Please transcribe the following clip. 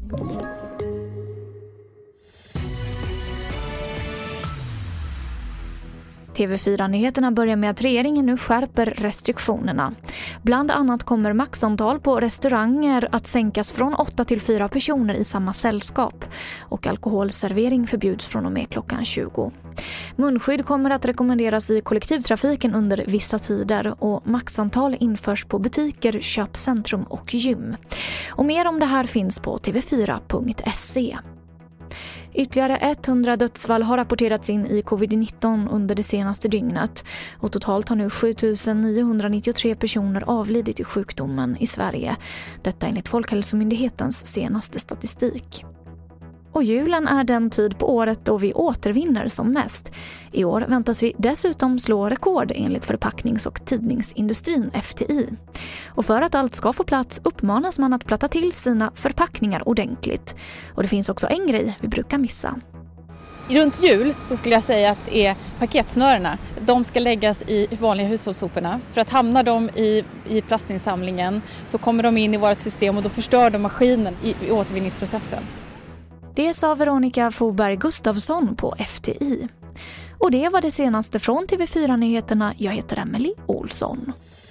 TV4-nyheterna börjar med att regeringen nu skärper restriktionerna. Bland annat kommer maxantal på restauranger att sänkas från 8 till 4 personer i samma sällskap och alkoholservering förbjuds från och med klockan 20. Munskydd kommer att rekommenderas i kollektivtrafiken under vissa tider och maxantal införs på butiker, köpcentrum och gym. Och mer om det här finns på tv4.se. Ytterligare 100 dödsfall har rapporterats in i covid-19 under det senaste dygnet och totalt har nu 7 993 personer avlidit i sjukdomen i Sverige. Detta enligt Folkhälsomyndighetens senaste statistik. Och julen är den tid på året då vi återvinner som mest. I år väntas vi dessutom slå rekord enligt förpacknings- och tidningsindustrin FTI. Och för att allt ska få plats uppmanas man att platta till sina förpackningar ordentligt. Och det finns också en grej vi brukar missa. Runt jul så skulle jag säga att det är paketsnörerna. De ska läggas i vanliga hushållssoporna. För att hamna de i plastinsamlingen så kommer de in i vårt system och då förstör de maskinen i återvinningsprocessen. Det sa Veronica Foberg Gustafsson på FTI. Och det var det senaste från TV4-nyheterna. Jag heter Emily Olsson.